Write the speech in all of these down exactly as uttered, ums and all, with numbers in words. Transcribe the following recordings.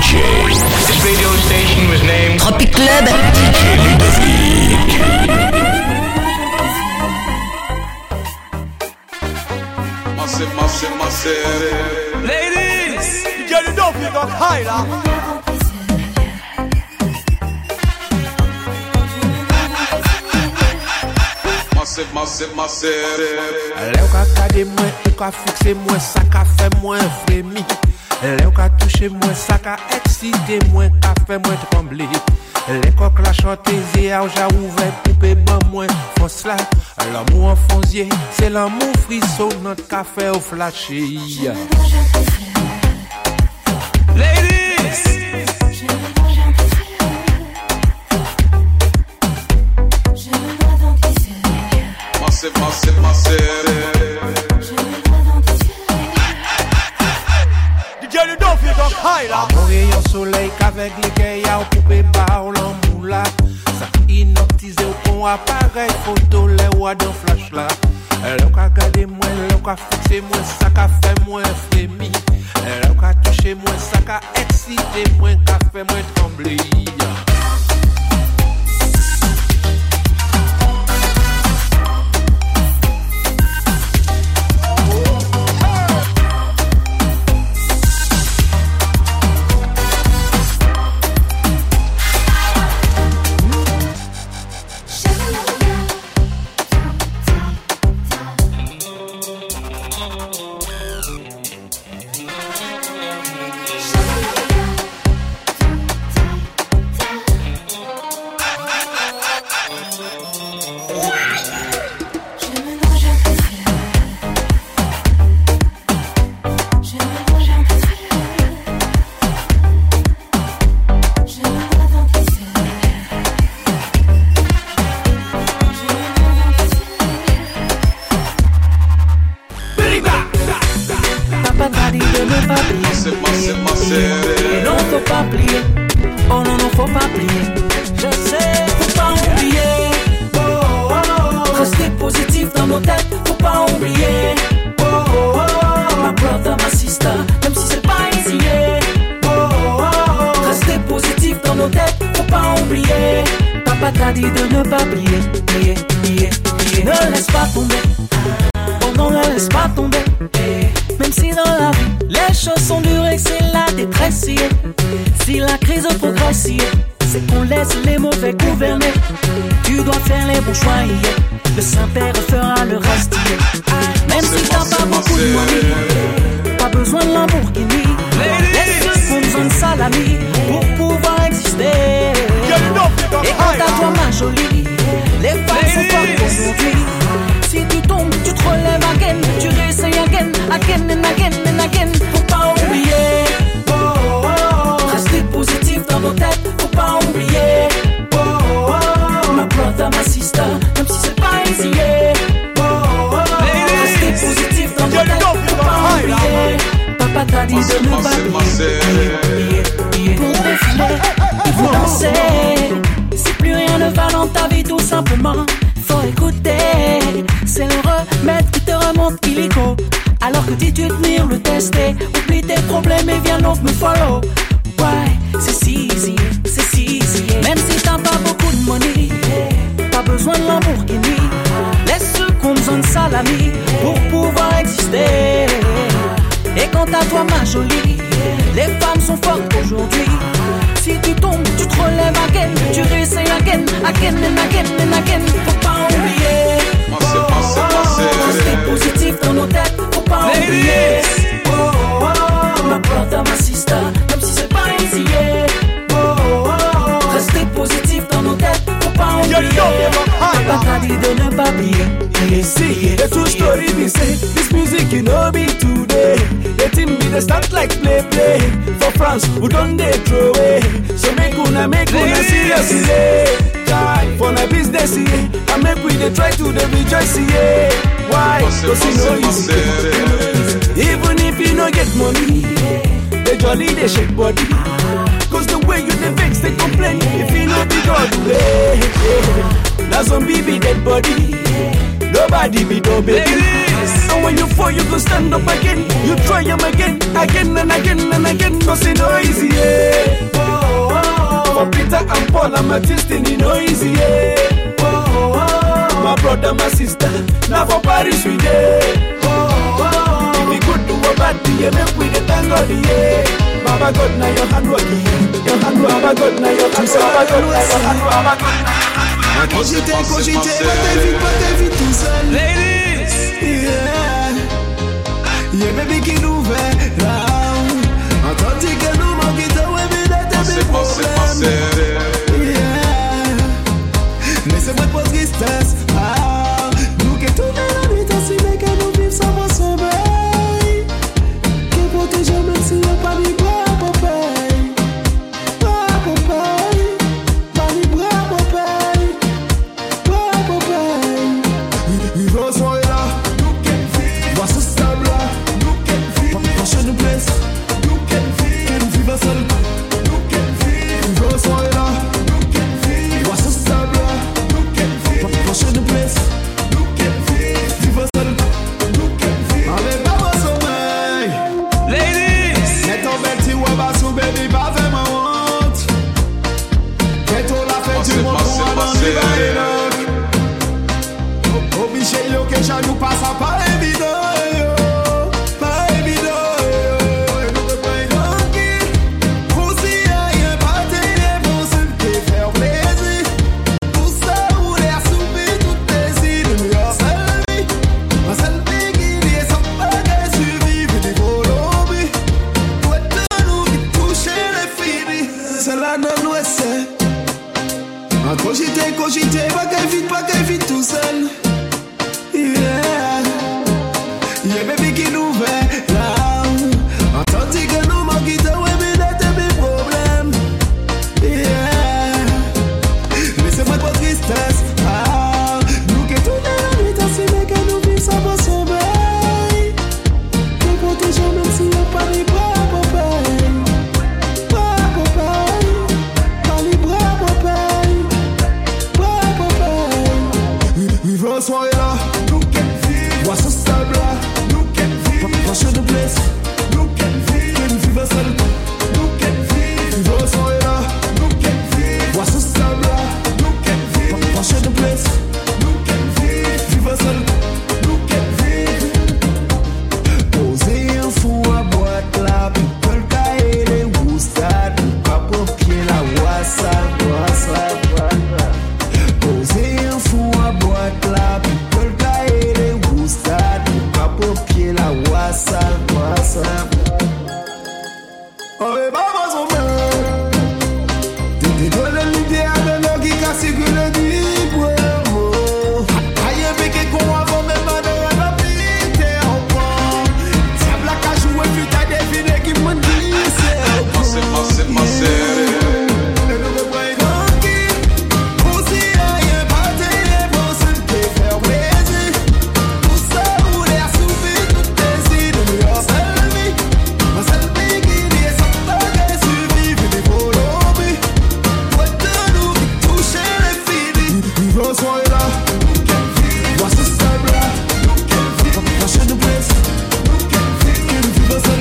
J. This radio station was named Tropic Club. D J Ludovic. Massive, massive, massive. Ladies, D J Ludovic got high là. Massive, massive, massive. Lè ou ka gade mwen, ou ka fixe mwen, sa ka fè mwen vremi. Lè ou ka touche mwen, sa ka excite mwen, ka fè mwen tremble. Lè kok la chante zi a ou ja ouve poupe ban mwen fos la. L'amour en fonzier, c'est l'amour frisson, notre ka fè ou flashe. Ladies, Massive, massive, massive. D J Ludovic got high là. Mon rayon soleil qu'avec les gays ou poupe ba ou l'amour là. Ça inoptise ou pon appareil photo les ou dans flash là. Lè ou ka gade mwen, lè ou ka fixe mwen, sa ka fè mwen frémi. Lè ou ka touche mwen, sa ka excite mwen, ka fè mwen tremble. Even if you no get money, they jolly, they shake body. Cause the way you the vex, they complain. If you know be God way, now some baby dead body. Nobody be no baby. And when you fall, you go stand up again. You try them again, again and again and again. Cause it's no easy, yeah. Oh, oh, oh. For Peter and Paul and my destiny, no easy, yeah. Oh, oh, oh. My brother, my sister, now for Paris we there. Oh, oh, oh. If you could do a bad thing, you make with the thank God, yeah. Baba God, now your hand working. Your hand working, Baba God, now your hand working. Baba God, now your hand working. Baba God. Cogiter, cogiter, pas ta vie, pas ta vie tout seul. Ladies, yeah. Yeah, baby qui nous fait là. Entends-tu que nous manquons, ouais, mais là t'as des problèmes. Yeah. Mais c'est moi pour tristesse. Ah, nous qui tournons la nuit, ainsi mais que nous vivons sans mon sommeil. Qui protéger même si y'a pas mis bras pour payer. Bras pour payer. Pas mis bras pour payer. Bras pour payer. Nous sommes là. Nous qui vivons. Vois ce stable là. Nous qui vivons. Prochaine nous place. Nous qui vivons. Nous vivons seul. Nous qui vivons. Nous sommes là. Nous qui vivons. Vois ce stable là. Nous qui vivons. Prochaine nous place. Nous qui vivons. Vivons seul. Nous qui vivons. Avec pas mon sommeil. ladies, C'est ton bel petit wabasou, baby, pas fait ma honte. Qu'est-ce qu'on a fait du monde pour un homme qui va y lock. Au biché, yo, que j'en nous passe à pas évident, yo. Pas évident, yo. Et nous te prenons tranquille. Aussi, y'a pas de bon, c'est qui faire plaisir. Tout ça, où les assoupis, tout décide. Nous y a selvi. Un selvi qui est sans bagage survivre des volobis. Tout est de nous qui touche les filles. C'est là dans nous, c'est. En cogiter, cogiter, pas qu'elle vite, pas qu'elle vite tout seul. Yeah. Yeah, baby qui nous fait là. Entends-tu que nous manquons, ouais, mais là t'as des problèmes. Yeah. Laissez-moi pour tristesse. Ah, nous qui tournons la nuit, ainsi mais que nous vivons sans bon sommeil. Qui protéger même s'il n'y a pas de bras pour payer. Bras pour payer. Pas les bras pour payer. Bras pour payer. Vivons soirée là. Nous qui vivons. Vois ce stable là. Nous qui vivons. Prochaine de place. Nous qui vivons. Nous vivons seul. Nous qui vivons. Vivons soirée là. Nous qui vivons. Vois ce stable là. Nous qui vivons. Prochaine de place. Nous qui vivons. Vivons seul. Nous qui vivons. Poser un fou à boîte là. Puis le cahier les woustades. Pas pour pied la WhatsApp. WhatsApp. Poser un fou à boîte là. Puis le cahier les woustades. Pas pour pied la WhatsApp. WhatsApp. Oh, mais pas moi son mère. T'es donné l'idée à de l'eau qui casse que le libre. Aïe, mais qu'est-ce qu'on a fait même à de la pite en point. Diable la cage ou un putain de filets qui m'ont dit c'est. Massive, massive, massive. Et nous me prenons tranquille. Aussi, aïe, pas de bon, c'est qui fait plaisir. Tout ça, où les assoupis, tout décide. Nous y a selvi. Ma selvi qui est sans bagage survivre des volobis. Toi de nous qui touche les filles. Vivons soirée là. Vois ce stable là. Prochaine de place. Nous vivons seul.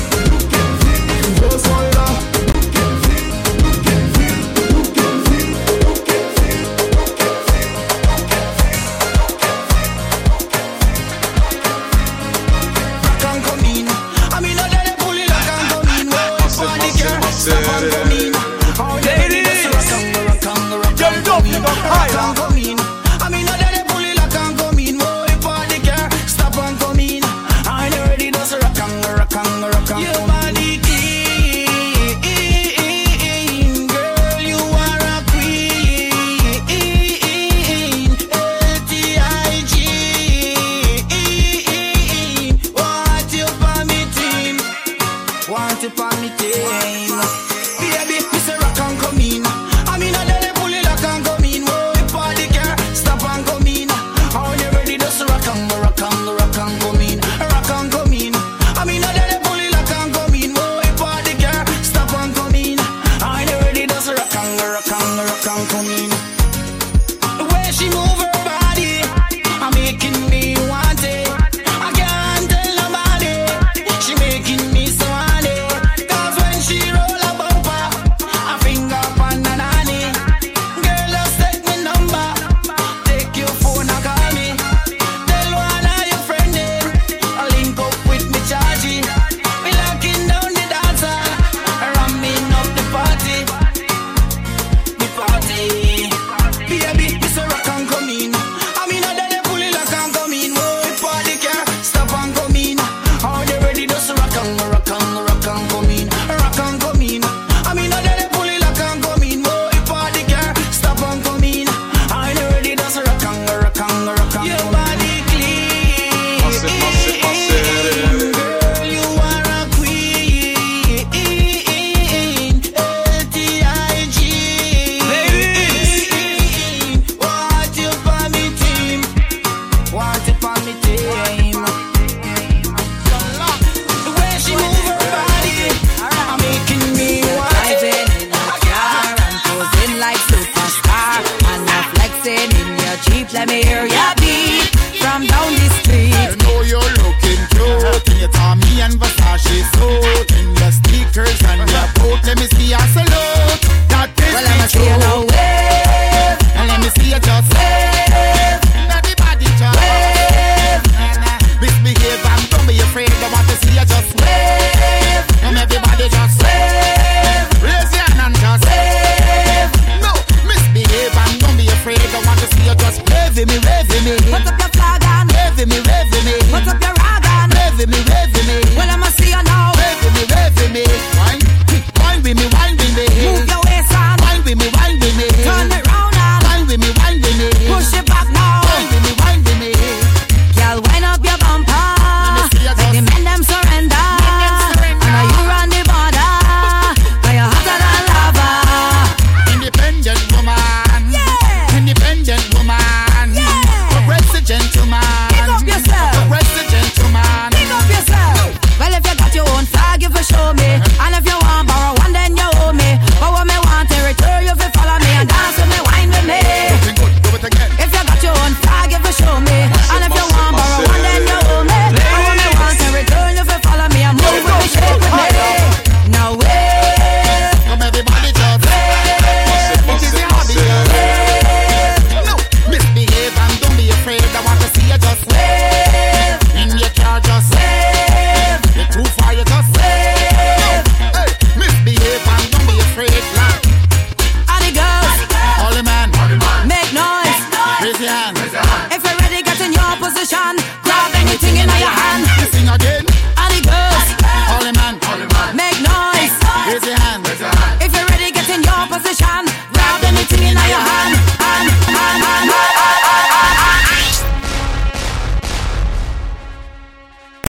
Vivons soirée là. Can't come in. I mean, I let it pull it like can't come in. Whoa, party girl, stop and come in. Oh, ladies, rock and go, rock and go, rock and come in. Rock and come in. I mean, I let it pull it like can't come in. Whoa, party girl, stop and come in. I ain't ready, just rock and go, rock and go, rock and come in.